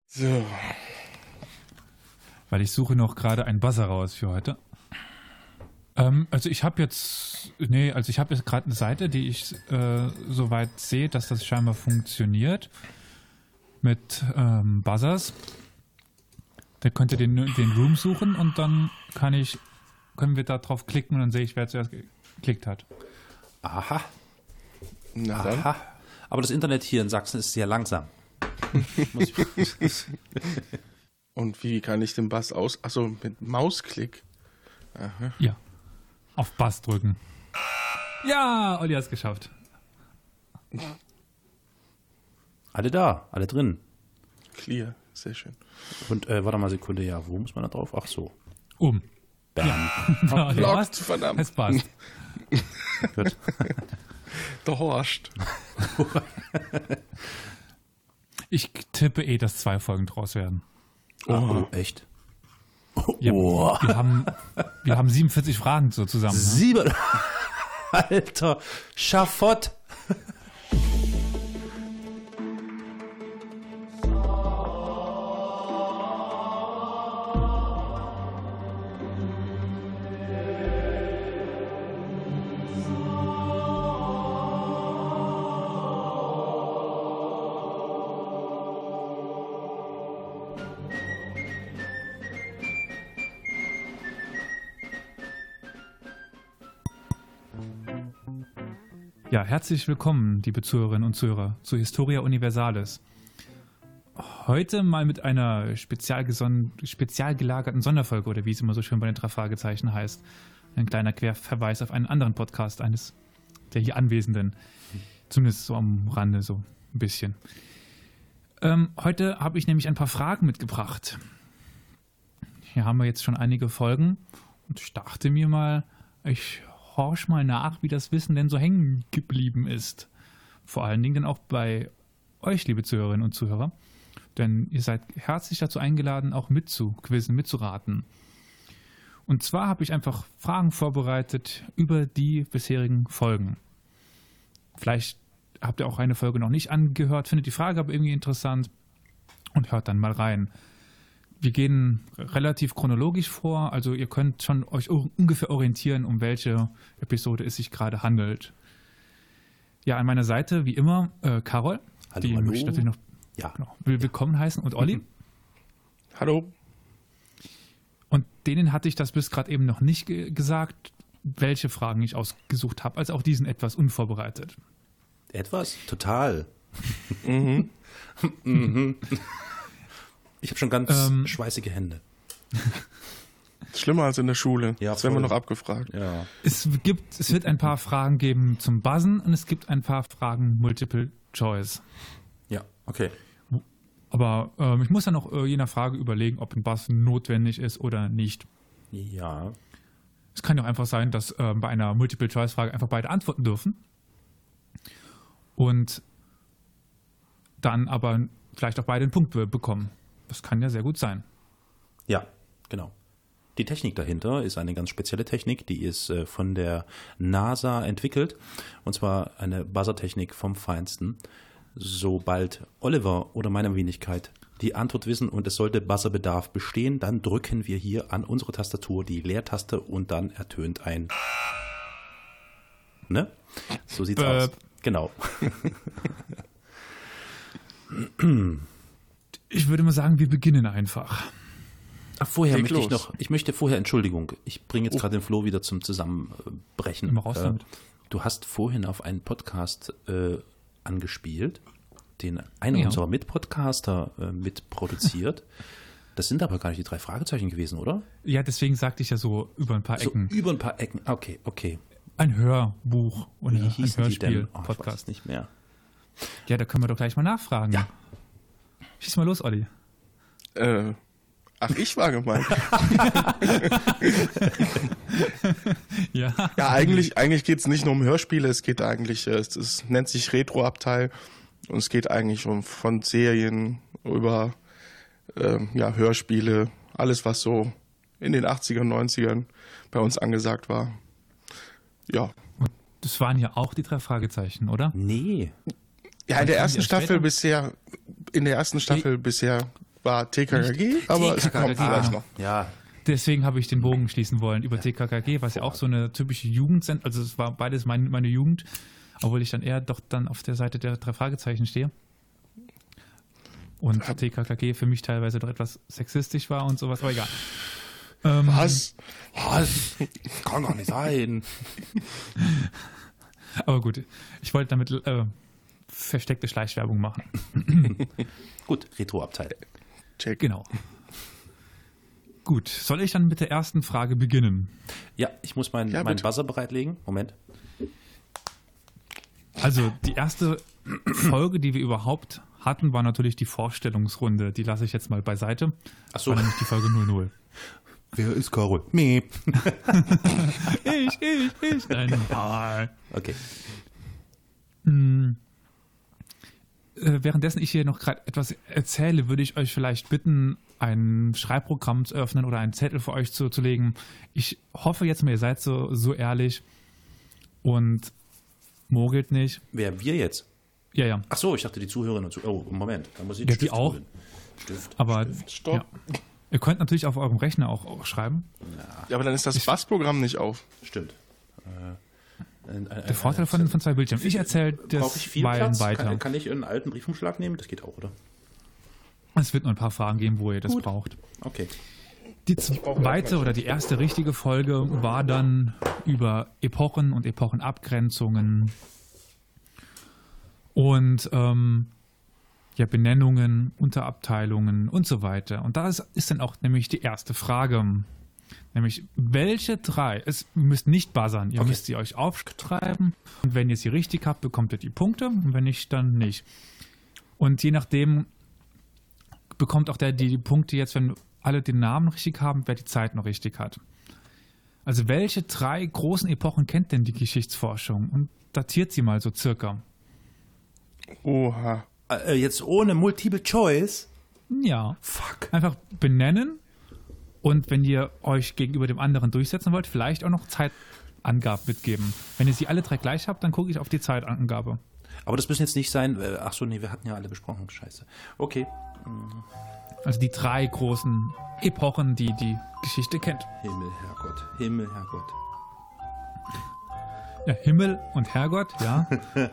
So. Weil ich suche noch gerade einen Buzzer raus für heute. Ich habe jetzt gerade eine Seite, die ich soweit sehe, dass das scheinbar funktioniert mit Buzzers. Da könnt ihr den Room suchen und dann können wir da drauf klicken und dann sehe ich, wer zuerst geklickt hat. Aha. Na dann. Aha. Aber das Internet hier in Sachsen ist sehr langsam. Und wie kann ich den Bass Achso, mit Mausklick. Aha. Ja. Auf Bass drücken. Ja, Olli hat es geschafft. Alle da, alle drin. Clear, sehr schön. Und warte mal eine Sekunde, ja, wo muss man da drauf? Ach so. Bam. Blockt, Ja, verdammt. es passt. Gut. Der Horst. Ich tippe dass 2 Folgen draus werden. Oh, echt? Ja, Oh. wir haben 47 Fragen so zusammen. Ne? 7. Alter, Schafott. Ja, herzlich willkommen, liebe Zuhörerinnen und Zuhörer, zu Historia Universalis. Heute mal mit einer spezial gelagerten Sonderfolge, oder wie es immer so schön bei den 3 Fragezeichen heißt. Ein kleiner Querverweis auf einen anderen Podcast eines der hier Anwesenden. Zumindest so am Rande, so ein bisschen. Heute habe ich nämlich ein paar Fragen mitgebracht. Hier haben wir jetzt schon einige Folgen und ich dachte mir mal, ich horch mal nach, wie das Wissen denn so hängen geblieben ist. Vor allen Dingen dann auch bei euch, liebe Zuhörerinnen und Zuhörer. Denn ihr seid herzlich dazu eingeladen, auch mitzuquizzen, mitzuraten. Und zwar habe ich einfach Fragen vorbereitet über die bisherigen Folgen. Vielleicht habt ihr auch eine Folge noch nicht angehört, findet die Frage aber irgendwie interessant und hört dann mal rein. Wir gehen relativ chronologisch vor, also ihr könnt schon euch ungefähr orientieren, um welche Episode es sich gerade handelt. Ja, an meiner Seite, wie immer, Carol, Hallo, die hallo. möchte ich natürlich noch Ja. willkommen heißen, und Olli. Hallo. Und denen hatte ich das bis gerade eben noch nicht gesagt, welche Fragen ich ausgesucht habe, also auch diesen etwas unvorbereitet. Etwas? Total. Mhm. Ich habe schon ganz schweißige Hände. Schlimmer als in der Schule. Ja, Das werden wir voll. noch abgefragt. Ja. Es wird ein paar Fragen geben zum Buzzen und es gibt ein paar Fragen Multiple Choice. Ja, okay. Aber ich muss dann auch je nach Frage überlegen, ob ein Buzzen notwendig ist oder nicht. Ja. Es kann ja auch einfach sein, dass bei einer Multiple-Choice-Frage einfach beide antworten dürfen. Und dann aber vielleicht auch beide einen Punkt bekommen. Das kann ja sehr gut sein. Ja, genau. Die Technik dahinter ist eine ganz spezielle Technik, die ist von der NASA entwickelt. Und zwar eine Buzzer-Technik vom Feinsten. Sobald Oliver oder meine Wenigkeit die Antwort wissen und es sollte Buzzerbedarf bestehen, dann drücken wir hier an unsere Tastatur die Leertaste und dann ertönt ein. Ne? So sieht's aus. Genau. Ich würde mal sagen, wir beginnen einfach. Ach, vorher Leg möchte los. ich möchte vorher Entschuldigung. Ich bringe jetzt gerade den Flo wieder zum Zusammenbrechen. Immer raus damit. Du hast vorhin auf einen Podcast angespielt, den einer Ja. unserer Mitpodcaster mitproduziert. Das sind aber gar nicht die 3 Fragezeichen gewesen, oder? Ja, deswegen sagte ich ja so über ein paar So Ecken. über ein paar Ecken. Okay. Ein Hörbuch oder Wie ein hießen die denn? Oh, ich weiß Hörspiel-Podcast. es nicht mehr. Ja, da können wir doch gleich mal nachfragen. Ja. Schieß mal los, Olli. Ach, ich war gemeint. Ja. Ja, eigentlich geht es nicht nur um Hörspiele, es geht eigentlich, es nennt sich Retro-Abteil und es geht eigentlich von Serien über Hörspiele, alles was so in den 80ern, 90ern bei uns angesagt war. Ja. Das waren ja auch die 3 Fragezeichen, oder? Nee. Ja, in der kamen ersten die erst Staffel bisher war TKKG, aber es kommt vielleicht noch. Ja, Deswegen habe ich den Bogen schließen wollen über TKKG, was ja auch so eine typische Jugendsendung, also es war beides meine Jugend, obwohl ich dann eher doch dann auf der Seite der 3 Fragezeichen stehe. Und TKKG für mich teilweise doch etwas sexistisch war und sowas, aber egal. Was? Kann doch nicht sein. Aber gut, ich wollte damit versteckte Schleichwerbung machen. Gut, Retro-Abteil. Check. Genau. Gut, soll ich dann mit der ersten Frage beginnen? Ja, ich muss meinen bitte. Buzzer bereitlegen. Moment. Also die erste Folge, die wir überhaupt hatten, war natürlich die Vorstellungsrunde. Die lasse ich jetzt mal beiseite. Ach so. War nämlich die Folge 00. Wer ist Karol? Miep. Ich. Nein. Okay. Währenddessen ich hier noch gerade etwas erzähle, würde ich euch vielleicht bitten, ein Schreibprogramm zu öffnen oder einen Zettel für euch zu legen. Ich hoffe jetzt mal, ihr seid so ehrlich und mogelt nicht. Wer, wir jetzt? Ja. Ach so, ich dachte die Zuhörerinnen und Zuhörer. Oh, Moment, da muss ich Ja, den die Stift auch. holen. Stift. Aber Stopp. ja. Ihr könnt natürlich auf eurem Rechner auch schreiben. Ja, aber dann ist das Bassprogramm nicht auf. Stimmt. Der Vorteil von 2 Bildschirmen. Ich erzähle Brauche ich das viel Weilen Platz? weiter. Kann ich einen alten Briefumschlag nehmen? Das geht auch, oder? Es wird nur ein paar Fragen geben, wo ihr das braucht. Okay. Die zweite oder die erste richtige Folge war dann über Epochen und Epochenabgrenzungen und Benennungen, Unterabteilungen und so weiter. Und da ist dann auch nämlich die erste Frage. Nämlich, welche 3, ihr müsst nicht buzzern, ihr müsst sie euch aufschreiben. Und wenn ihr sie richtig habt, bekommt ihr die Punkte. Und wenn nicht, dann nicht. Und je nachdem bekommt auch der die Punkte jetzt, wenn alle den Namen richtig haben, wer die Zeit noch richtig hat. Also welche 3 großen Epochen kennt denn die Geschichtsforschung? Und datiert sie mal so circa. Oha. Jetzt ohne Multiple Choice? Ja. Fuck. Einfach benennen und wenn ihr euch gegenüber dem anderen durchsetzen wollt, vielleicht auch noch Zeitangaben mitgeben. Wenn ihr sie alle 3 gleich habt, dann gucke ich auf die Zeitangabe. Aber das müssen jetzt nicht sein. Ach so, nee, wir hatten ja alle besprochen. Scheiße. Okay. Also die 3 großen Epochen, die die Geschichte kennt. Himmel, Herrgott. Himmel, Herrgott. Ja, Himmel und Herrgott, ja.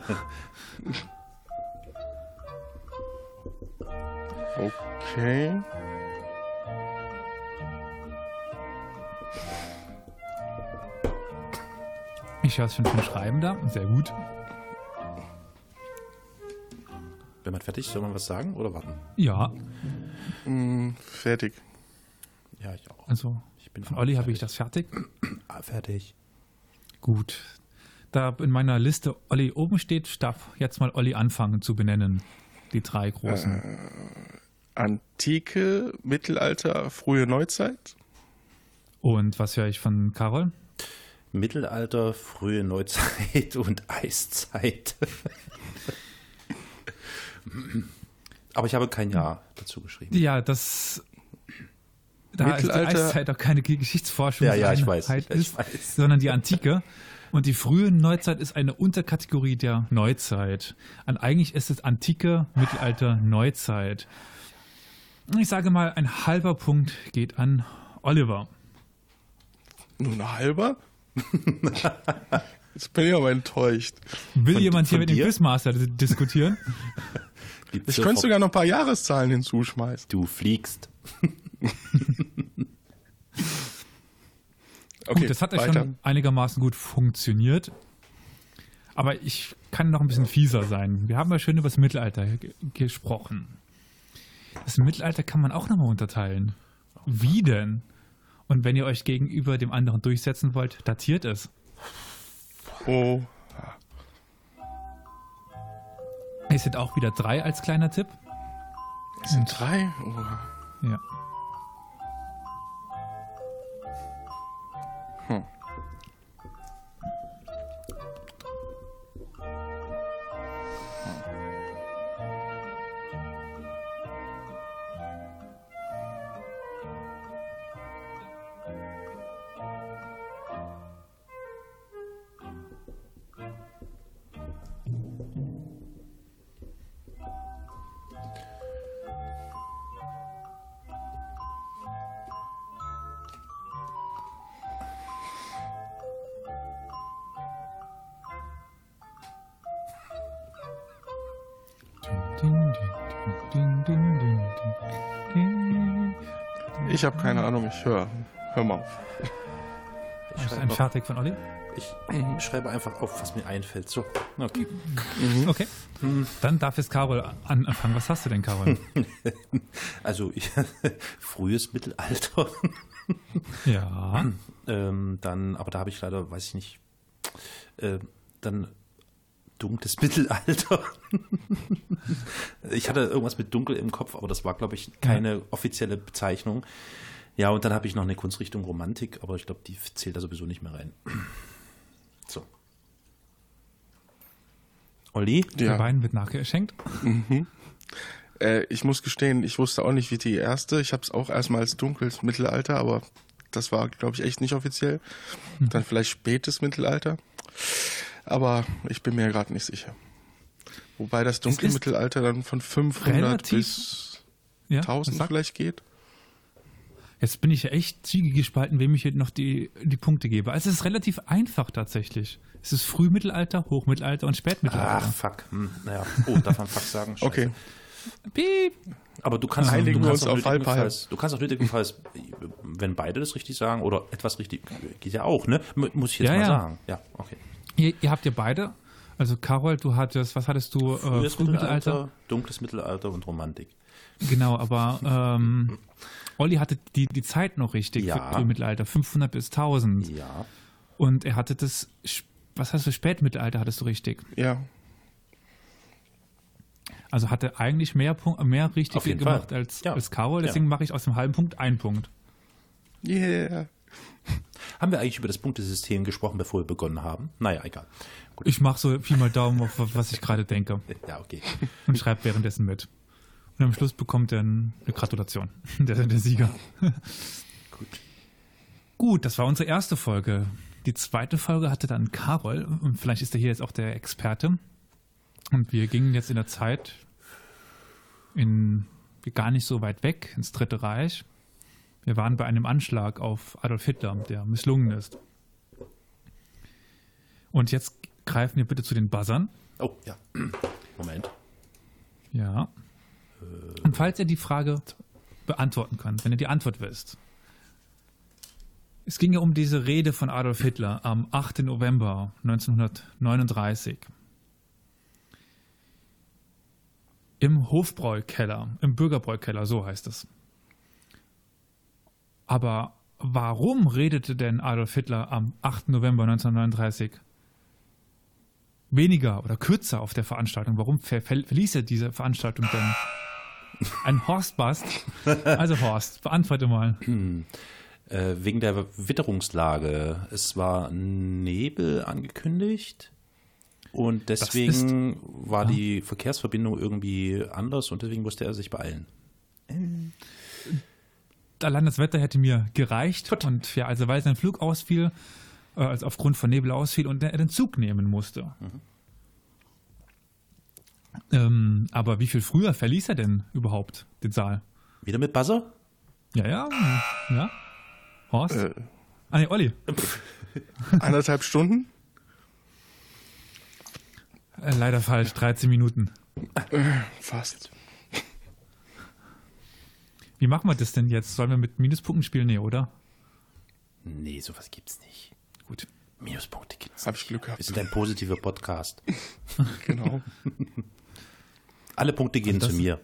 Okay. Ich höre es schon vom Schreiben da. Sehr gut. Wenn man fertig ist, soll man was sagen oder warten? Ja, Fertig. Ja, ich auch. also Ich bin von Olli habe ich das fertig. fertig. Gut. Da in meiner Liste Olli oben steht, darf jetzt mal Olli anfangen zu benennen. Die 3 großen. Antike, Mittelalter, frühe Neuzeit. Und was höre ich von Carol? Mittelalter, frühe Neuzeit und Eiszeit. Aber ich habe kein Jahr dazu geschrieben. Ja, da ist die Mittelalter- Eiszeit auch keine Geschichtsforschung Ja, ich weiß. ist, sondern die Antike. Und die frühe Neuzeit ist eine Unterkategorie der Neuzeit. Und eigentlich ist es Antike, Mittelalter, Neuzeit. Ich sage mal, ein halber Punkt geht an Oliver. Nur ein halber? Jetzt bin ich aber enttäuscht. Will jemand hier von mit dem dir? Quizmaster diskutieren? Gibt's Ich so könnte vor- sogar noch ein paar Jahreszahlen hinzuschmeißen. Du fliegst. Okay, Gut, das hat ja weiter. schon einigermaßen gut funktioniert. Aber ich kann noch ein bisschen fieser sein. Wir haben ja schön über das Mittelalter gesprochen. Das Mittelalter kann man auch nochmal unterteilen. Wie denn? Und wenn ihr euch gegenüber dem anderen durchsetzen wollt, datiert es. Oh, Es sind auch wieder 3 als kleiner Tipp. es sind 3? Oh. Ja. Ich habe keine Ahnung, ich hör mal auf. Ist ein Fertig von Olli? Ich schreibe einfach auf, was mir einfällt. So, okay. Okay. Dann darf jetzt Carol anfangen. Was hast du denn, Carol? Also, frühes Mittelalter. Ja. Dann, aber da habe ich leider, weiß ich nicht, dann dunkles Mittelalter. Ich hatte irgendwas mit dunkel im Kopf, aber das war, glaube ich, keine offizielle Bezeichnung. Ja, und dann habe ich noch eine Kunstrichtung Romantik, aber ich glaube, die zählt da sowieso nicht mehr rein. So. Olli? Der Wein wird nachgeschenkt. Ich muss gestehen, ich wusste auch nicht, wie die erste. Ich habe es auch erstmal als dunkles Mittelalter, aber das war, glaube ich, echt nicht offiziell. Dann vielleicht spätes Mittelalter. Aber ich bin mir gerade nicht sicher. Wobei das dunkle Mittelalter dann von 500 bis 1000 vielleicht geht. Jetzt bin ich ja echt zügig gespalten, wem ich hier noch die Punkte gebe. Also es ist relativ einfach tatsächlich. Es ist Frühmittelalter, Hochmittelalter und Spätmittelalter. Ach, fuck. Naja, darf man fuck sagen? Scheiße. Okay. Piep. Aber du kannst einigen wir uns auf du kannst auch nötigenfalls, wenn beide das richtig sagen oder etwas richtig, geht ja auch, ne? Muss ich jetzt mal sagen. Ja, okay. Ihr habt ja beide, also Carol, du hattest, was hattest du? Frühmittelalter, dunkles Mittelalter und Romantik. Genau, aber Olli hatte die Zeit noch richtig für Frühmittelalter, 500 bis 1000. Ja. Und er hatte das, was hast du, Spätmittelalter hattest du richtig? Ja. Also hatte eigentlich mehr richtig gemacht als Carol, deswegen mache ich aus dem halben Punkt einen Punkt. Yeah. Haben wir eigentlich über das Punktesystem gesprochen, bevor wir begonnen haben? Naja, egal. Gut. Ich mache so Pi mal Daumen auf, was ich gerade denke. Ja, okay. Und schreibe währenddessen mit. Und am Schluss bekommt er eine Gratulation, der Sieger. Gut, das war unsere erste Folge. Die zweite Folge hatte dann Carol, und vielleicht ist er hier jetzt auch der Experte. Und wir gingen jetzt in der Zeit gar nicht so weit weg ins Dritte Reich. Wir waren bei einem Anschlag auf Adolf Hitler, der misslungen ist. Und jetzt greifen wir bitte zu den Buzzern. Oh, ja. Moment. Ja. Und falls ihr die Frage beantworten könnt, wenn ihr die Antwort wisst. Es ging ja um diese Rede von Adolf Hitler am 8. November 1939. Im Hofbräukeller, im Bürgerbräukeller, so heißt es. Aber warum redete denn Adolf Hitler am 8. November 1939 weniger oder kürzer auf der Veranstaltung? Warum verließ er diese Veranstaltung denn? Ein Horstbast? Also Horst, beantworte mal. Wegen der Witterungslage. Es war Nebel angekündigt und deswegen war die Verkehrsverbindung irgendwie anders und deswegen musste er sich beeilen. Allein das Wetter hätte mir gereicht. Gut. Und ja, also weil sein Flug ausfiel, also aufgrund von Nebel ausfiel und er den Zug nehmen musste. Aber wie viel früher verließ er denn überhaupt den Saal? Wieder mit Buzzer? Ja. Horst? Nee, Olli. 1,5 Stunden? Leider falsch, 13 Minuten. Fast. Wie machen wir das denn jetzt? Sollen wir mit Minuspunkten spielen? Nee, oder? Nee, sowas gibt's nicht. Gut. Minuspunkte gibt's nicht. Hab ich Glück gehabt. Wir sind ein positiver Podcast. Genau. Alle Punkte gehen zu mir.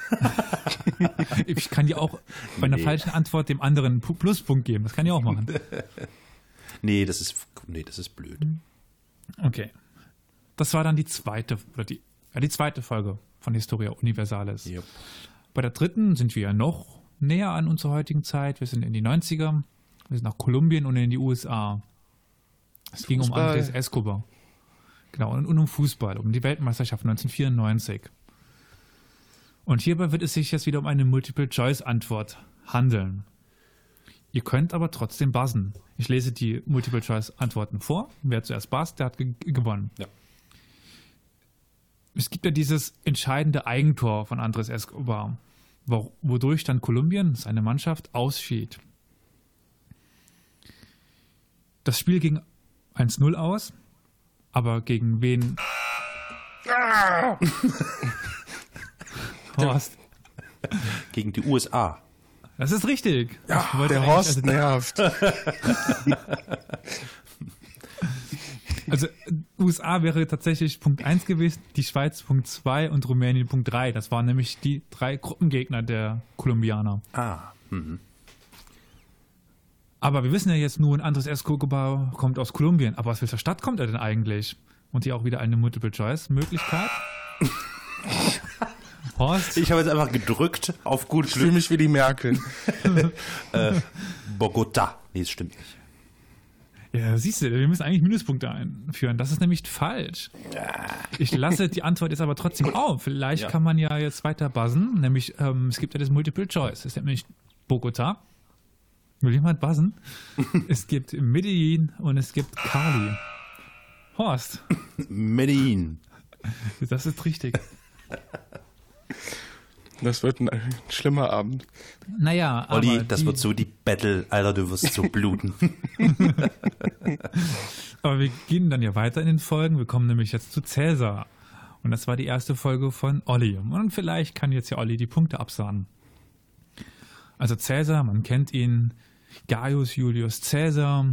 Ich kann dir auch bei einer falschen Antwort dem anderen einen Pluspunkt geben. Das kann ich auch machen. Nee, das ist blöd. Okay. Das war dann die zweite Folge von Historia Universalis. Yep. Bei der dritten sind wir ja noch näher an unserer heutigen Zeit. Wir sind in die 90er. Wir sind nach Kolumbien und in die USA. Es ging um Andrés Escobar. Genau, und um Fußball, um die Weltmeisterschaft 1994. Und hierbei wird es sich jetzt wieder um eine Multiple-Choice-Antwort handeln. Ihr könnt aber trotzdem buzzen. Ich lese die Multiple-Choice-Antworten vor. Wer zuerst buzzt, der hat gewonnen. Ja. Es gibt ja dieses entscheidende Eigentor von Andrés Escobar, wodurch dann Kolumbien, seine Mannschaft, ausschied. Das Spiel ging 1-0 aus, aber gegen wen... Horst. Gegen die USA. Das ist richtig. Ja, Ich wollte der eigentlich- Horst nervt. Also USA wäre tatsächlich Punkt 1 gewesen, die Schweiz Punkt 2 und Rumänien Punkt 3. Das waren nämlich die 3 Gruppengegner der Kolumbianer. Ah, Aber wir wissen ja jetzt nur, Andrés Escobar kommt aus Kolumbien. Aber aus welcher Stadt kommt er denn eigentlich? Und hier auch wieder eine Multiple-Choice-Möglichkeit. Horst? ich habe jetzt einfach gedrückt auf gut Ich fühle Glück. mich wie die Merkel. Bogota. Nee, das stimmt nicht. Ja, siehst du, wir müssen eigentlich Minuspunkte einführen. Das ist nämlich falsch. Ich lasse die Antwort jetzt aber trotzdem auf. Vielleicht Ja. kann man ja jetzt weiter buzzen. Nämlich, es gibt ja das Multiple Choice. Es ist nämlich Bogota. Will jemand buzzen? Es gibt Medellin und es gibt Cali. Horst, Medellin. das ist richtig. Das wird ein schlimmer Abend. Naja, Olli, aber das wird so die Battle. Alter, du wirst so bluten. Aber wir gehen dann ja weiter in den Folgen. Wir kommen nämlich jetzt zu Cäsar. Und das war die erste Folge von Olli. Und vielleicht kann jetzt ja Olli die Punkte absagen. Also Cäsar, man kennt ihn. Gaius Julius Cäsar.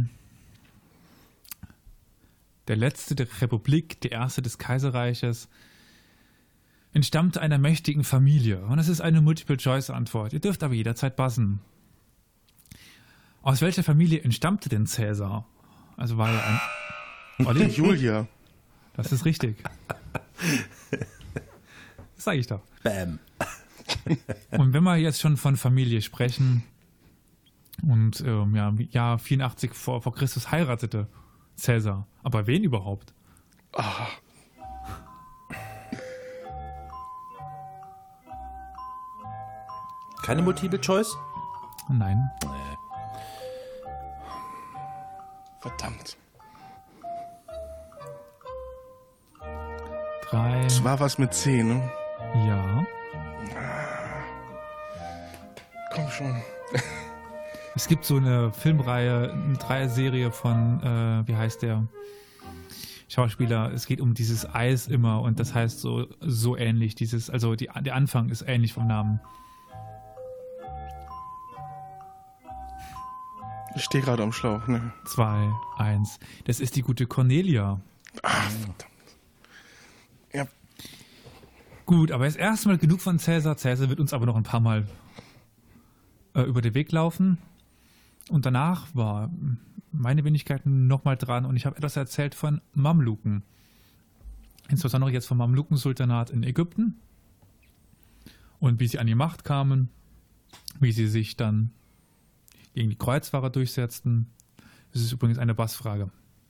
Der letzte der Republik, der erste des Kaiserreiches. Entstammte einer mächtigen Familie. Und es ist eine Multiple-Choice-Antwort. Ihr dürft aber jederzeit buzzen. Aus welcher Familie entstammte denn Cäsar? Also war er ein... Olli? Julia. Das ist richtig. Das sage ich doch. Bam. Und wenn wir jetzt schon von Familie sprechen und Jahr 84 vor Christus heiratete Cäsar. Aber wen überhaupt? Keine Multiple Choice? Nein. Verdammt. 3. Das war was mit 10, ne? Ja. Komm schon. Es gibt so eine Filmreihe, eine Dreierserie von, wie heißt der? Schauspieler. Es geht um dieses Eis immer und das heißt so ähnlich. Der Anfang ist ähnlich vom Namen. Ich stehe gerade am Schlauch, ne? 2, 1. Das ist die gute Cornelia. Verdammt. Ja, Gut, aber jetzt erstmal genug von Cäsar. Cäsar wird uns aber noch ein paar Mal über den Weg laufen. Und danach war meine Wenigkeit nochmal dran und ich habe etwas erzählt von Mamluken. Insbesondere jetzt vom Mamluken-Sultanat in Ägypten. Und wie sie an die Macht kamen, wie sie sich dann gegen die Kreuzfahrer durchsetzten. Das ist übrigens eine Bassfrage.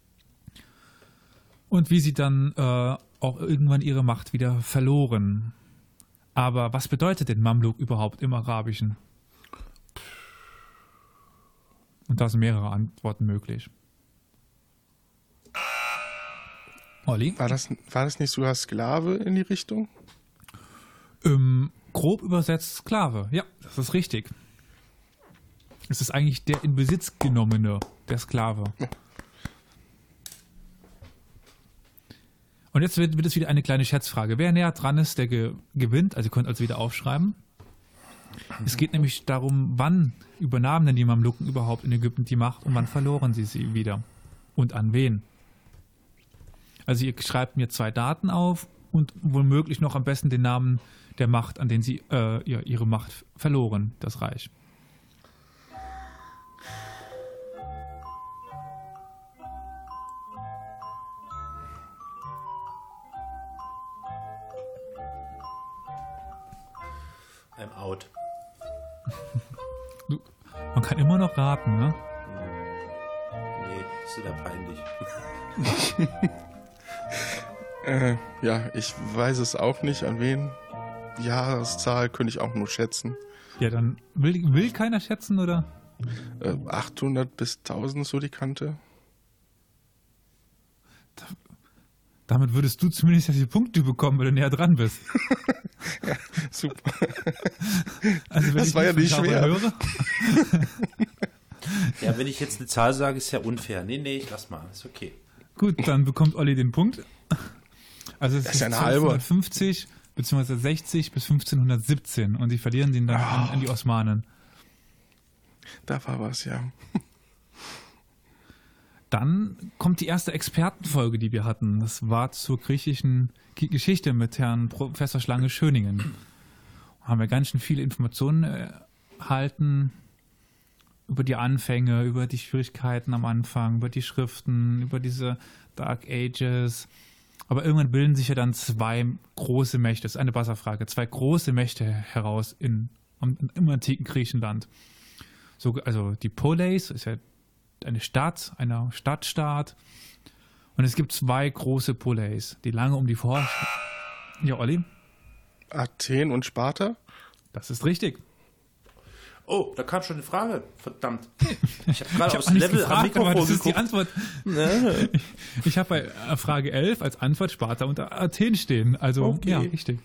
Und wie sie dann auch irgendwann ihre Macht wieder verloren. Aber was bedeutet denn Mamluk überhaupt im Arabischen? Und da sind mehrere Antworten möglich. Olli? war das nicht sogar Sklave in die Richtung? Grob übersetzt Sklave. Ja, das ist richtig. Es ist eigentlich der in Besitz genommene, der Sklave. Und jetzt wird es wieder eine kleine Schätzfrage. Wer näher dran ist, der gewinnt. Also ihr könnt also wieder aufschreiben. Es geht nämlich darum, wann übernahmen denn die Mamluken überhaupt in Ägypten die Macht und wann verloren sie wieder? Und an wen? Also ihr schreibt mir 2 Daten auf und womöglich noch am besten den Namen der Macht, an den sie ihre Macht verloren, das Reich. I'm out. Man kann immer noch raten, ne? Nee, ist wieder peinlich. Ja, ich weiß es auch nicht, an wen. Die Jahreszahl könnte ich auch nur schätzen. Ja, dann will keiner schätzen, oder? 800 bis 1000 so die Kante. Damit würdest du zumindest die Punkte bekommen, weil du näher dran bist. Ja, super. Also wenn Das ich war ja von nicht Carol schwer. höre, Ja, wenn ich jetzt eine Zahl sage, ist ja unfair. Nee, ich lass mal. Ist okay. gut, dann bekommt Olli den Punkt. Also es Das ist ja eine halbe. 1250 beziehungsweise 60 bis 1517 und sie verlieren den dann an die Osmanen. Da war was, ja. Dann kommt die erste Expertenfolge, die wir hatten. Das war zur griechischen Geschichte mit Herrn Professor Schlange-Schöningen. Da haben wir ganz schön viele Informationen erhalten über die Anfänge, über die Schwierigkeiten am Anfang, über die Schriften, über diese Dark Ages. Aber irgendwann bilden sich ja dann zwei große Mächte, das ist eine Buzzer-Frage, zwei große Mächte heraus im antiken Griechenland. So, also die Poleis ist ja eine Stadt, einer Stadtstaat. Und es gibt zwei große Poleis, die lange um die Ja, Olli? Athen und Sparta? Das ist richtig. Oh, da kam schon eine Frage. Verdammt. Ich habe gerade aus nicht Level gefragt, am Mikrofon aber das ist die geguckt. Antwort. Ich habe bei Frage 11 als Antwort Sparta und Athen stehen. Also, Okay. ja, richtig.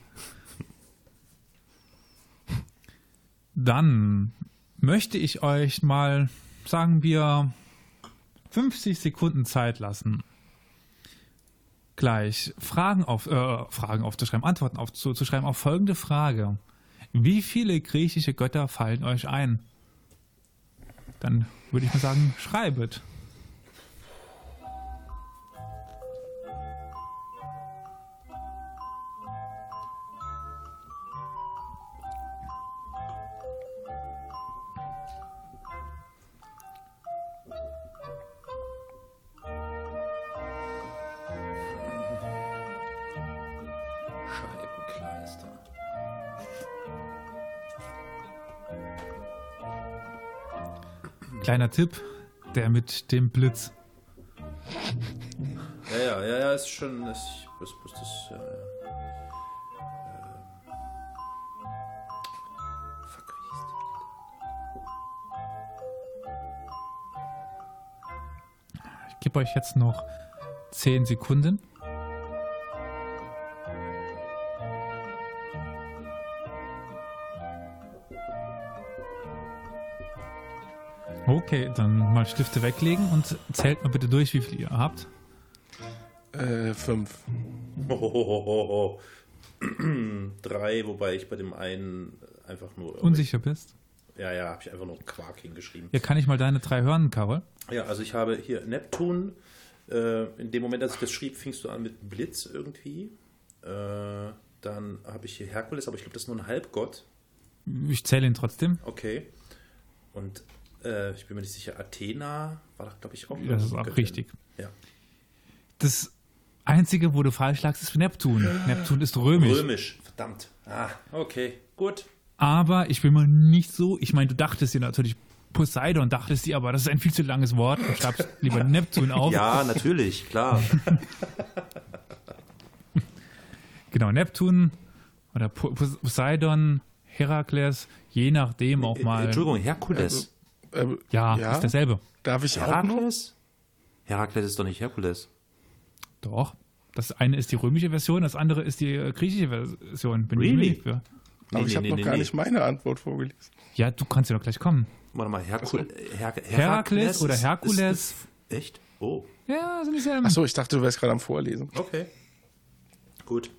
Dann möchte ich euch mal, sagen wir, 50 Sekunden Zeit lassen, gleich Fragen aufzuschreiben, Antworten aufzuschreiben auf folgende Frage. Wie viele griechische Götter fallen euch ein? Dann würde ich mal sagen, schreibet. Scheibenkleister. Kleiner Tipp, der mit dem Blitz. Ja, ist schon. Ich wusste es. Ja. Fuck, wie hieß die? Ich gebe euch jetzt noch 10 Sekunden. Okay, dann mal Stifte weglegen und zählt mal bitte durch, wie viel ihr habt. 5. 3, wobei ich bei dem einen einfach nur. Unsicher bist? Ja, habe ich einfach nur Quark hingeschrieben. Ja, kann ich mal deine 3 hören, Karol? Ja, also ich habe hier Neptun. In dem Moment, als ich das schrieb, fingst du an mit Blitz irgendwie. Dann habe ich hier Herkules, aber ich glaube, das ist nur ein Halbgott. Ich zähle ihn trotzdem. Okay. Und ich bin mir nicht sicher, Athena war doch, glaube ich, auch. Das ist auch Göttin. richtig. Ja. Das Einzige, wo du falsch lagst, ist Neptun. Neptun ist römisch. Römisch, verdammt. Okay, gut. Aber ich bin mir nicht so, ich meine, du dachtest dir natürlich Poseidon, dachtest dir, aber das ist ein viel zu langes Wort und schreibst lieber Neptun auf. Ja, natürlich, klar. Genau, Neptun oder Poseidon, Herakles, je nachdem auch mal. Entschuldigung, Herkules. Ja, ist dasselbe. Darf ich auch noch? Herakles? Herakles ist doch nicht Herkules. Doch. Das eine ist die römische Version, das andere ist die griechische Version. Bin ich Really? nicht für. Aber ich habe noch gar nicht meine Antwort vorgelesen. Ja, du kannst ja noch gleich kommen. Warte mal, Herakles oder Herkules. Echt? Oh, Ja, sind dieselben. Achso, ich dachte, du wärst gerade am Vorlesen. okay. Gut.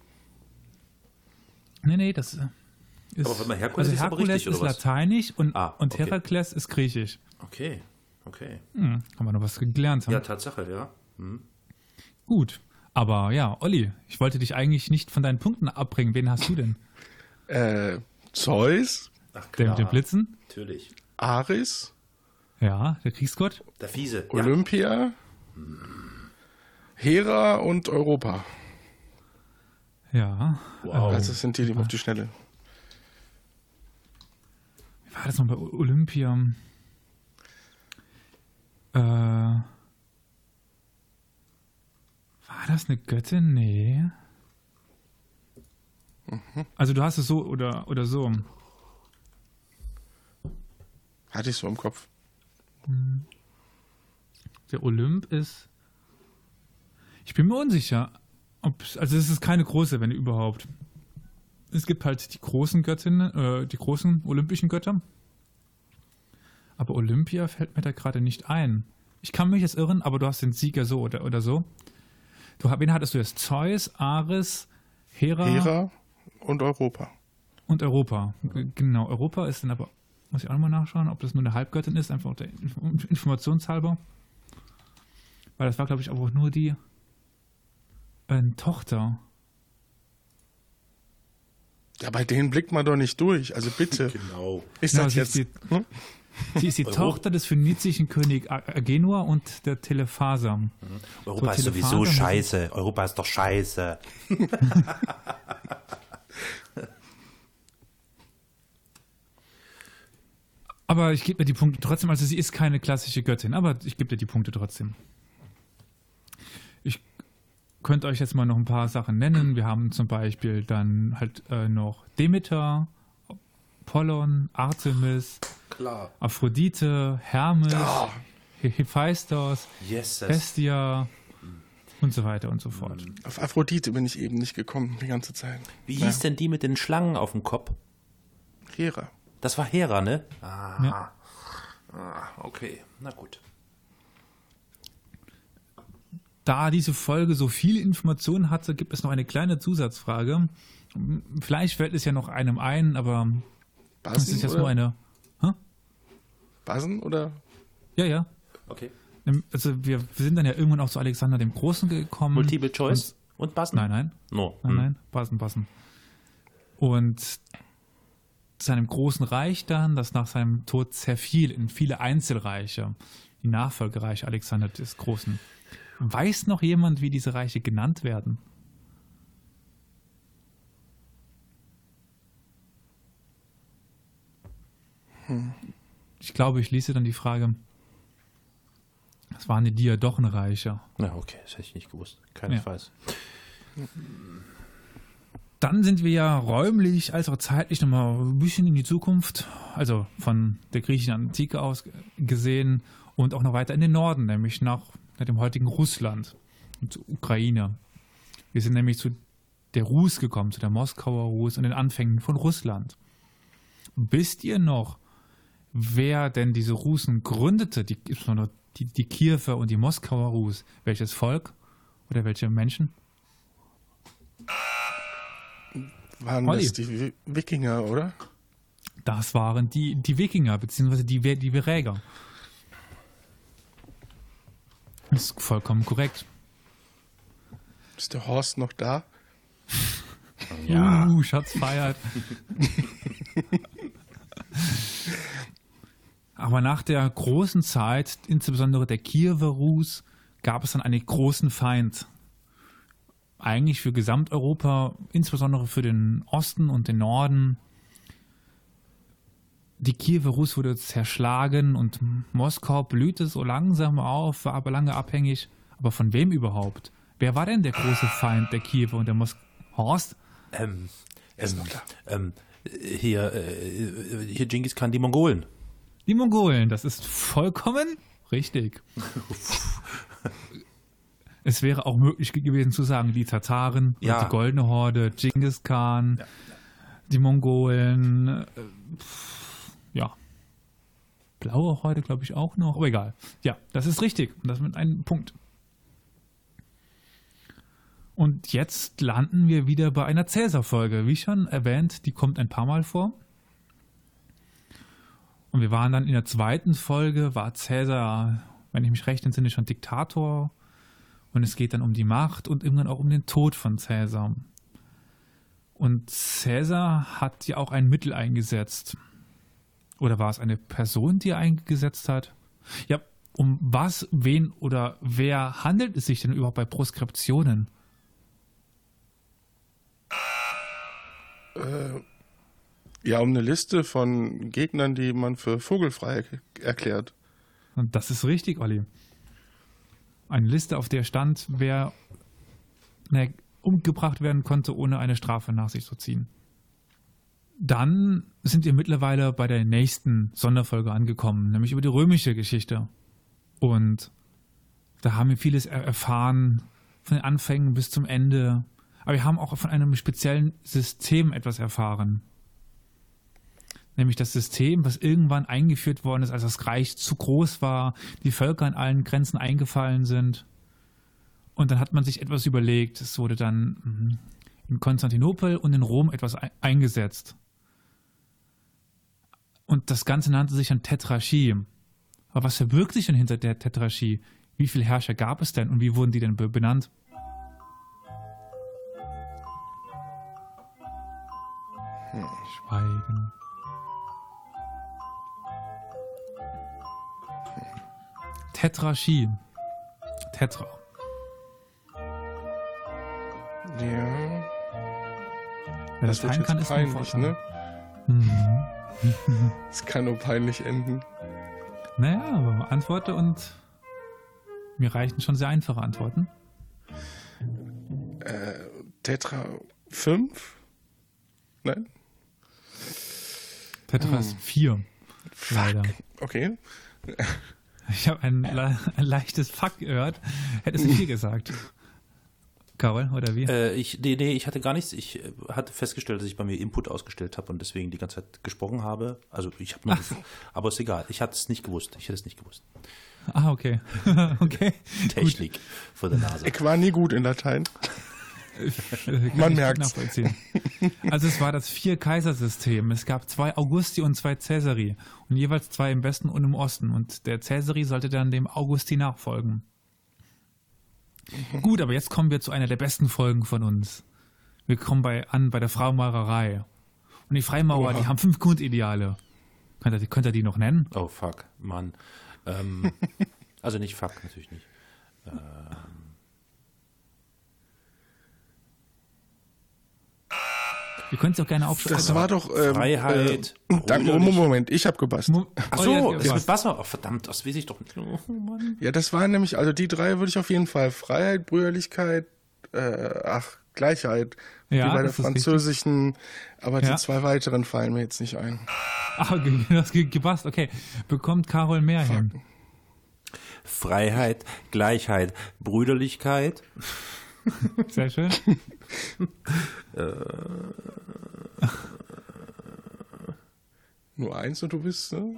Nee, das ist. Aber warte mal, Herkules also ist aber Herkules richtig, oder ist was? lateinisch und Okay. Herakles ist griechisch. Okay. Haben wir noch was gelernt. Ja, Tatsache, ja. Gut. Aber ja, Olli, ich wollte dich eigentlich nicht von deinen Punkten abbringen. Wen hast du denn? Zeus, Ach Der klar. mit den Blitzen? Natürlich. Ares, Ja, der Kriegsgott. Der Fiese. Ja. Olympia, Hera und Europa. Ja. Wow. Also das sind die auf die Schnelle. Wie war das noch bei Olympia? War das eine Göttin? Nee. Also du hast es so oder so. Hatte ich so im Kopf. Der Olymp ist. Ich bin mir unsicher. Also es ist keine große, wenn überhaupt. Es gibt halt die großen Göttinnen, die großen olympischen Götter. Aber Olympia fällt mir da gerade nicht ein. Ich kann mich jetzt irren, aber du hast den Sieger so oder so. Wen hattest du jetzt? Zeus, Ares, Hera. Hera, Und Europa. Und Europa. Genau, Europa ist dann aber, muss ich auch nochmal nachschauen, ob das nur eine Halbgöttin ist, einfach der Informationshalber. Weil das war, glaube ich, aber auch nur die Tochter. Ja, bei denen blickt man doch nicht durch, also bitte. Genau. Ist Ja, das sie jetzt... ist Sie ist die Tochter des phönizischen König Agenor und der Telephaser. Europa ist Telephaser sowieso scheiße. Europa ist doch scheiße. Aber ich gebe mir die Punkte trotzdem. Also sie ist keine klassische Göttin, aber ich gebe dir die Punkte trotzdem. Ich könnte euch jetzt mal noch ein paar Sachen nennen. Wir haben zum Beispiel dann halt noch Demeter, Apollon, Artemis, Klar. Aphrodite, Hermes, Hephaistos, Yes. Hestia und so weiter und so fort. Auf Aphrodite bin ich eben nicht gekommen, die ganze Zeit. Wie hieß denn die mit den Schlangen auf dem Kopf? Hera. Das war Hera, ne? Ja. Okay. Na gut. Da diese Folge so viele Informationen hatte, gibt es noch eine kleine Zusatzfrage. Vielleicht fällt es ja noch einem ein, aber das ist jetzt nur eine... Basen oder? Ja. Okay. Also wir sind dann ja irgendwann auch zu Alexander dem Großen gekommen. Multiple Choice und Basen? Nein. No. Nein, Basen. Und seinem großen Reich dann, das nach seinem Tod zerfiel in viele Einzelreiche, die Nachfolgereiche Alexander des Großen. Weiß noch jemand, wie diese Reiche genannt werden? Ich glaube, ich lese dann die Frage, das waren die Diadochenreiche. Ja, okay, das hätte ich nicht gewusst. Keinesfalls. Ja. Dann sind wir ja räumlich als auch zeitlich nochmal ein bisschen in die Zukunft, also von der griechischen Antike aus gesehen und auch noch weiter in den Norden, nämlich nach dem heutigen Russland und zur Ukraine. Wir sind nämlich zu der Rus gekommen, zu der Moskauer Rus und den Anfängen von Russland. Wisst ihr noch, wer denn diese Rusen gründete, die Kiewer und die Moskauer Rus? Welches Volk oder welche Menschen? Waren das die Wikinger, oder? Das waren die Wikinger, beziehungsweise die Viräger. Das ist vollkommen korrekt. Ist der Horst noch da? Ja. Schatz feiert. Aber nach der großen Zeit, insbesondere der Kiewer Rus, gab es dann einen großen Feind. Eigentlich für Gesamteuropa, insbesondere für den Osten und den Norden. Die Kiewer Rus wurde zerschlagen und Moskau blühte so langsam auf, war aber lange abhängig. Aber von wem überhaupt? Wer war denn der große Feind der Kiewer und der Moskau? Horst? Ist noch klar. Hier Genghis Khan, die Mongolen. Die Mongolen, das ist vollkommen richtig. Es wäre auch möglich gewesen zu sagen, die Tataren, Ja. die Goldene Horde, Genghis Khan, die Mongolen, ja. Blaue Horde, glaube ich, auch noch, aber egal. Ja, das ist richtig. Das mit einem Punkt. Und jetzt landen wir wieder bei einer Cäsar-Folge. Wie schon erwähnt, die kommt ein paar Mal vor. Und wir waren dann in der zweiten Folge, war Cäsar, wenn ich mich recht entsinne, schon Diktator. Und es geht dann um die Macht und irgendwann auch um den Tod von Cäsar. Und Cäsar hat ja auch ein Mittel eingesetzt. Oder war es eine Person, die er eingesetzt hat? Ja, um was, wen oder wer handelt es sich denn überhaupt bei Proskriptionen? Ja, um eine Liste von Gegnern, die man für vogelfrei erklärt. Und das ist richtig, Olli. Eine Liste, auf der stand, wer umgebracht werden konnte, ohne eine Strafe nach sich zu ziehen. Dann sind wir mittlerweile bei der nächsten Sonderfolge angekommen, nämlich über die römische Geschichte. Und da haben wir vieles erfahren, von den Anfängen bis zum Ende. Aber wir haben auch von einem speziellen System etwas erfahren. Nämlich das System, was irgendwann eingeführt worden ist, als das Reich zu groß war, die Völker an allen Grenzen eingefallen sind. Und dann hat man sich etwas überlegt. Es wurde dann in Konstantinopel und in Rom etwas eingesetzt. Und das Ganze nannte sich dann Tetrarchie. Aber was verbirgt sich denn hinter der Tetrarchie? Wie viele Herrscher gab es denn und wie wurden die denn benannt? Schweigen. Tetrarchie. Tetra. Ja. Wer das wird teilen kann, jetzt ist ein peinlich, Vorteil. ne? Mhm. Es kann nur peinlich enden. Naja, aber Antworte und mir reichen schon sehr einfache Antworten. Tetra 5? Nein? Tetra ist 4. Leider. Okay. Ich habe ein leichtes Fuck gehört. Hättest du 4 gesagt. Carol, oder wie? Nee, ich hatte gar nichts. Ich hatte festgestellt, dass ich bei mir Input ausgestellt habe und deswegen die ganze Zeit gesprochen habe. Also ich habe nur, aber ist egal. Ich hatte es nicht gewusst. Ich hätte es nicht gewusst. Ah, okay. Okay. Technik von der Nase. Ich war nie gut in Latein. Kann Man ich merkt's. nachvollziehen. Also es war das 4-Kaisersystem. Es gab 2 Augusti und 2 Caesari und jeweils 2 im Westen und im Osten. Und der Caesari sollte dann dem Augusti nachfolgen. Gut, aber jetzt kommen wir zu einer der besten Folgen von uns. Wir kommen bei der Freimaurerei. Und die Freimaurer, die haben 5 Grundideale. Könnt ihr die noch nennen? Oh, fuck, Mann. Also nicht fuck, natürlich nicht. Ihr könnt es auch gerne aufschreiben. Das war doch... Freiheit. Moment, ich habe gebastelt. Achso, ja, ist mit Wasser. Oh, verdammt, das weiß ich doch nicht. Oh, Mann. Ja, das waren nämlich, also die 3 würde ich auf jeden Fall. Freiheit, Brüderlichkeit, Gleichheit. Ja, wie bei der das ist französischen, aber Ja. die 2 weiteren fallen mir jetzt nicht ein. Ah, das gepasst. Okay. Bekommt Carol mehr hin? Freiheit, Gleichheit, Brüderlichkeit. Sehr schön. Nur 1 und du bist, ne?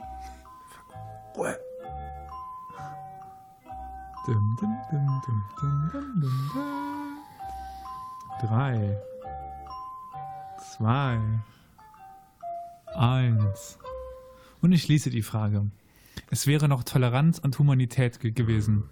Dum, dum, dum, dum, dum, dum, dum, dum. 3, 2, 1. Und ich schließe die Frage. Es wäre noch Toleranz und Humanität gewesen.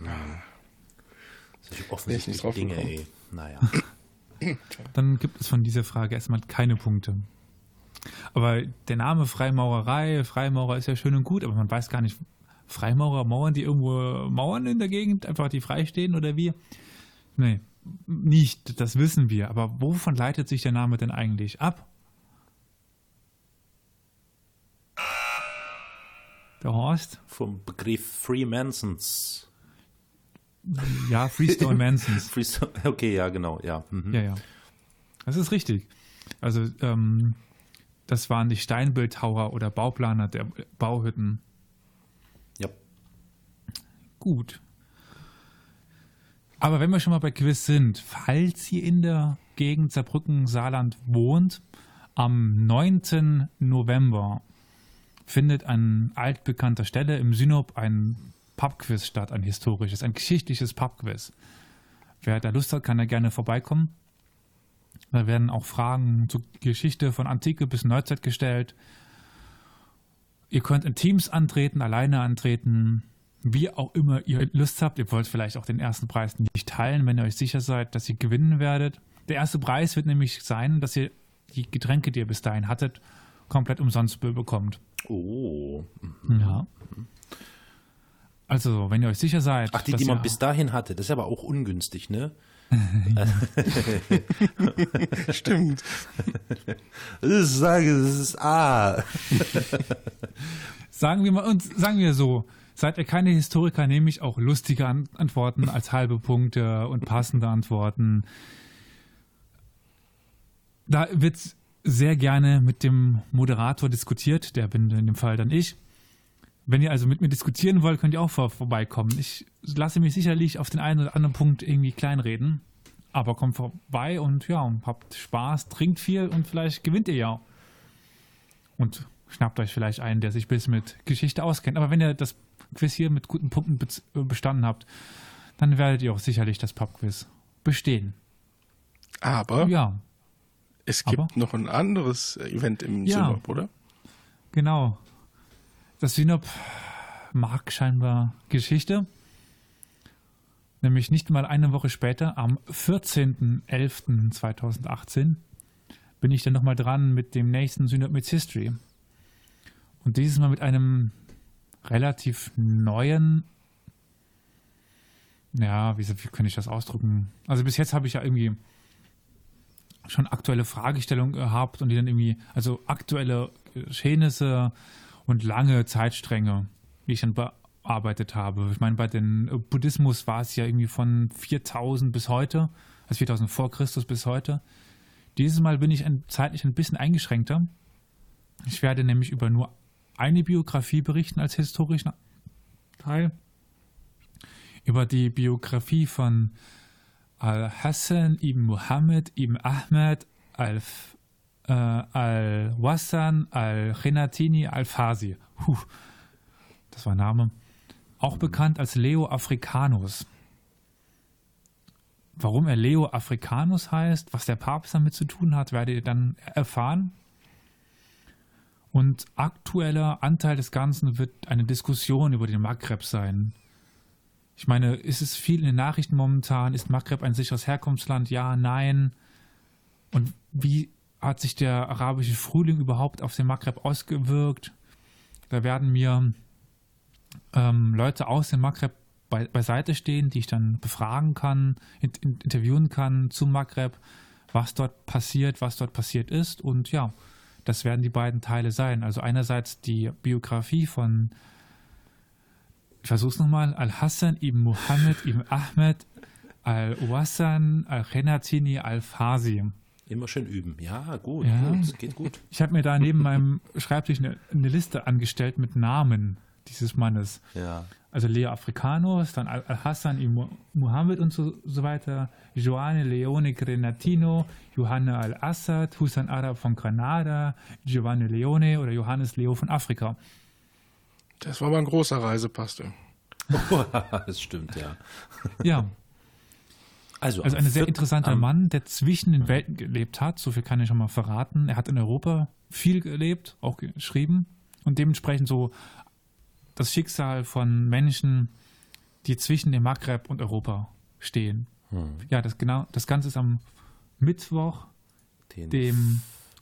Solche offensichtliche drauf Dinge, gekommen. ey. Naja. Dann gibt es von dieser Frage erstmal keine Punkte. Aber der Name Freimaurerei, Freimaurer ist ja schön und gut, aber man weiß gar nicht, Freimaurer, Mauern, die irgendwo Mauern in der Gegend, einfach die frei stehen oder wie? Nee, nicht, das wissen wir. Aber wovon leitet sich der Name denn eigentlich ab? Der Horst? Vom Begriff Freemasons. Ja, Freestone Mansons. Okay, ja, genau, ja. Mhm. Ja, ja. Das ist richtig. Also, das waren die Steinbildhauer oder Bauplaner der Bauhütten. Ja. Gut. Aber wenn wir schon mal bei Quiz sind, falls ihr in der Gegend Saarbrücken, Saarland wohnt, am 9. November findet an altbekannter Stelle im Synop ein Pubquiz statt, ein historisches, ein geschichtliches Pubquiz. Wer da Lust hat, kann da gerne vorbeikommen. Da werden auch Fragen zur Geschichte von Antike bis Neuzeit gestellt. Ihr könnt in Teams antreten, alleine antreten, wie auch immer ihr Lust habt. Ihr wollt vielleicht auch den ersten Preis nicht teilen, wenn ihr euch sicher seid, dass ihr gewinnen werdet. Der erste Preis wird nämlich sein, dass ihr die Getränke, die ihr bis dahin hattet, komplett umsonst bekommt. Oh. Ja. Also, wenn ihr euch sicher seid. Ach, die dass man ihr, bis dahin hatte. Das ist aber auch ungünstig, ne? Stimmt. Das ist A. Sagen wir so, seid ihr keine Historiker, nehme ich auch lustige Antworten als halbe Punkte und passende Antworten. Da wird sehr gerne mit dem Moderator diskutiert, der bin in dem Fall dann ich. Wenn ihr also mit mir diskutieren wollt, könnt ihr auch vorbeikommen. Ich lasse mich sicherlich auf den einen oder anderen Punkt irgendwie kleinreden, aber kommt vorbei und ja, habt Spaß, trinkt viel und vielleicht gewinnt ihr ja. Und schnappt euch vielleicht einen, der sich ein bisschen mit Geschichte auskennt. Aber wenn ihr das Quiz hier mit guten Punkten bestanden habt, dann werdet ihr auch sicherlich das Pubquiz bestehen. Aber Ja, es gibt aber? noch ein anderes Event im Ja. Synop, oder? genau. Das Synop mag scheinbar Geschichte. Nämlich nicht mal eine Woche später, am 14.11.2018, bin ich dann nochmal dran mit dem nächsten Synop Meets History. Und dieses Mal mit einem relativ neuen, ja, wie kann ich das ausdrücken? Also bis jetzt habe ich ja irgendwie schon aktuelle Fragestellungen gehabt und die dann irgendwie, also aktuelle Geschehnisse und lange Zeitstränge, die ich dann bearbeitet habe. Ich meine, bei den Buddhismus war es ja irgendwie von 4000 bis heute, also 4000 vor Christus bis heute. Dieses Mal bin ich zeitlich ein bisschen eingeschränkter. Ich werde nämlich über nur eine Biografie berichten als historischen Teil. Über die Biografie von Al-Hassan ibn Muhammad ibn Ahmed al-Wassan al-Khinatini al-Fasi. Das war ein Name. Auch bekannt als Leo Africanus. Warum er Leo Africanus heißt, was der Papst damit zu tun hat, werdet ihr dann erfahren. Und aktueller Anteil des Ganzen wird eine Diskussion über den Maghreb sein. Ich meine, ist es viel in den Nachrichten momentan? Ist Maghreb ein sicheres Herkunftsland? Ja, nein. Und wie hat sich der arabische Frühling überhaupt auf den Maghreb ausgewirkt? Da werden mir Leute aus dem Maghreb beiseite stehen, die ich dann befragen kann, interviewen kann zum Maghreb, was dort passiert ist. Und ja, das werden die beiden Teile sein. Also einerseits die Biografie von, ich versuch's nochmal, Al-Hassan ibn Muhammad ibn Ahmed al-Wassan al-Khinatini al-Fasi. Immer schön üben. Ja, gut, Ja. gut, geht gut. Ich habe mir da neben meinem Schreibtisch eine Liste angestellt mit Namen dieses Mannes. Ja. Also Leo Africanus, dann Al-Hassan ibn Muhammad und so weiter, Joanne Leone Grenatino, Johanna Al-Assad, Hussein Arab von Granada, Giovanni Leone oder Johannes Leo von Afrika. Das war mal ein großer Reisepass. du. Das stimmt, ja. Ja, Also also am ein sehr 4. interessanter Mann, der zwischen den Welten gelebt hat, so viel kann ich schon mal verraten. Er hat in Europa viel gelebt, auch geschrieben und dementsprechend so das Schicksal von Menschen, die zwischen dem Maghreb und Europa stehen. Ja, das Ganze ist am Mittwoch, dem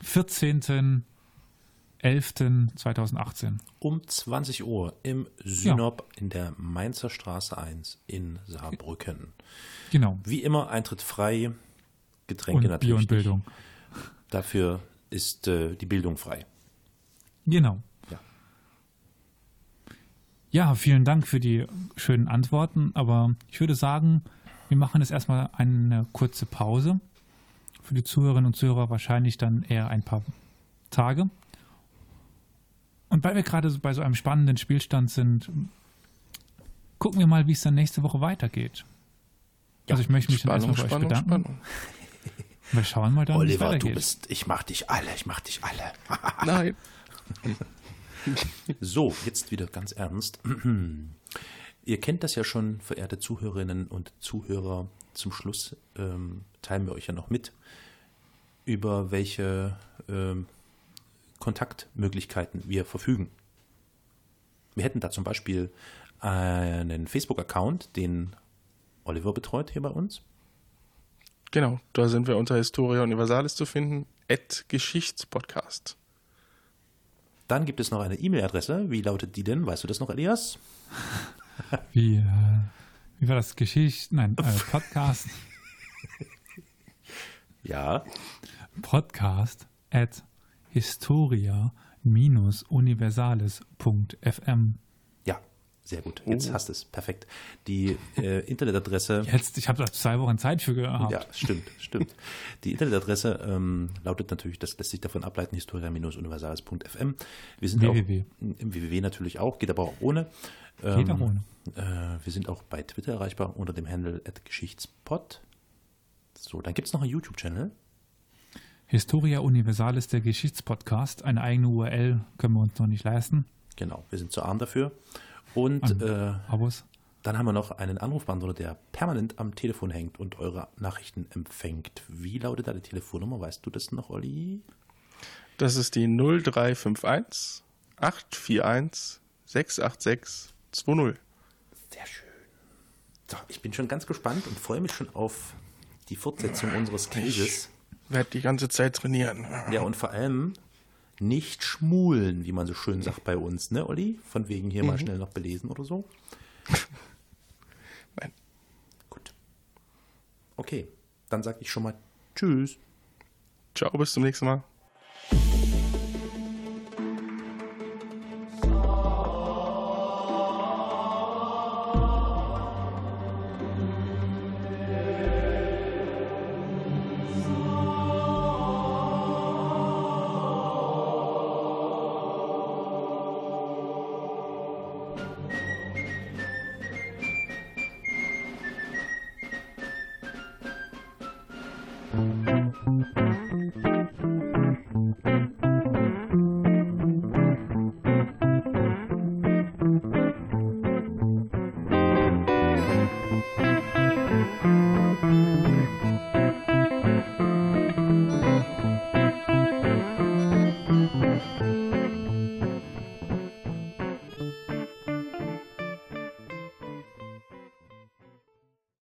14.11.2018. um 20 Uhr im Synop in der Mainzer Straße 1 in Saarbrücken. Genau. Wie immer, Eintritt frei, Getränke Und natürlich Bier und nicht. Bildung. Dafür ist die Bildung frei. Genau. Ja. Ja, vielen Dank für die schönen Antworten, aber ich würde sagen, wir machen jetzt erstmal eine kurze Pause. Für die Zuhörerinnen und Zuhörer wahrscheinlich dann eher ein paar Tage. Und weil wir gerade bei so einem spannenden Spielstand sind, gucken wir mal, wie es dann nächste Woche weitergeht. Ja, Also ich möchte mich dann erstmal bei euch bedanken. Spannung. Wir schauen mal dann, wie es Oliver, weitergeht. ich mach dich alle. Nein. So, jetzt wieder ganz ernst. Ihr kennt das ja schon, verehrte Zuhörerinnen und Zuhörer. Zum Schluss teilen wir euch ja noch mit, über welche Kontaktmöglichkeiten wir verfügen. Wir hätten da zum Beispiel einen Facebook-Account, den Oliver betreut hier bei uns. Genau, da sind wir unter Historia Universalis zu finden, @Geschichtspodcast. Dann gibt es noch eine E-Mail-Adresse. Wie lautet die denn? Weißt du das noch, Elias? Wie war das? Podcast? Ja. Podcast at historia-universales.fm. Ja, sehr gut. Jetzt hast du es. Perfekt. Die Internetadresse. Ich habe da 2 Wochen Zeit für gehabt. Ja, stimmt. Die Internetadresse lautet natürlich, das lässt sich davon ableiten, historia-universales.fm. Wir sind www. auch im www natürlich auch, geht aber auch ohne. Geht auch ohne. Wir sind auch bei Twitter erreichbar unter dem Handle @geschichtspod. So, dann gibt es noch einen YouTube-Channel. Historia Universalis, der Geschichtspodcast. Eine eigene URL können wir uns noch nicht leisten. Genau, wir sind zu arm dafür. Und Abos. Dann haben wir noch einen Anrufbeantworter, der permanent am Telefon hängt und eure Nachrichten empfängt. Wie lautet da die Telefonnummer? Weißt du das noch, Olli? Das ist die 0351 841 686 20. Sehr schön. So, ich bin schon ganz gespannt und freue mich schon auf die Fortsetzung unseres Quizzes. Ich werde die ganze Zeit trainieren. Ja, und vor allem nicht schmulen, wie man so schön sagt bei uns, ne, Olli? Von wegen hier mal schnell noch belesen oder so. Nein. Gut. Okay, dann sage ich schon mal Tschüss. Ciao, bis zum nächsten Mal.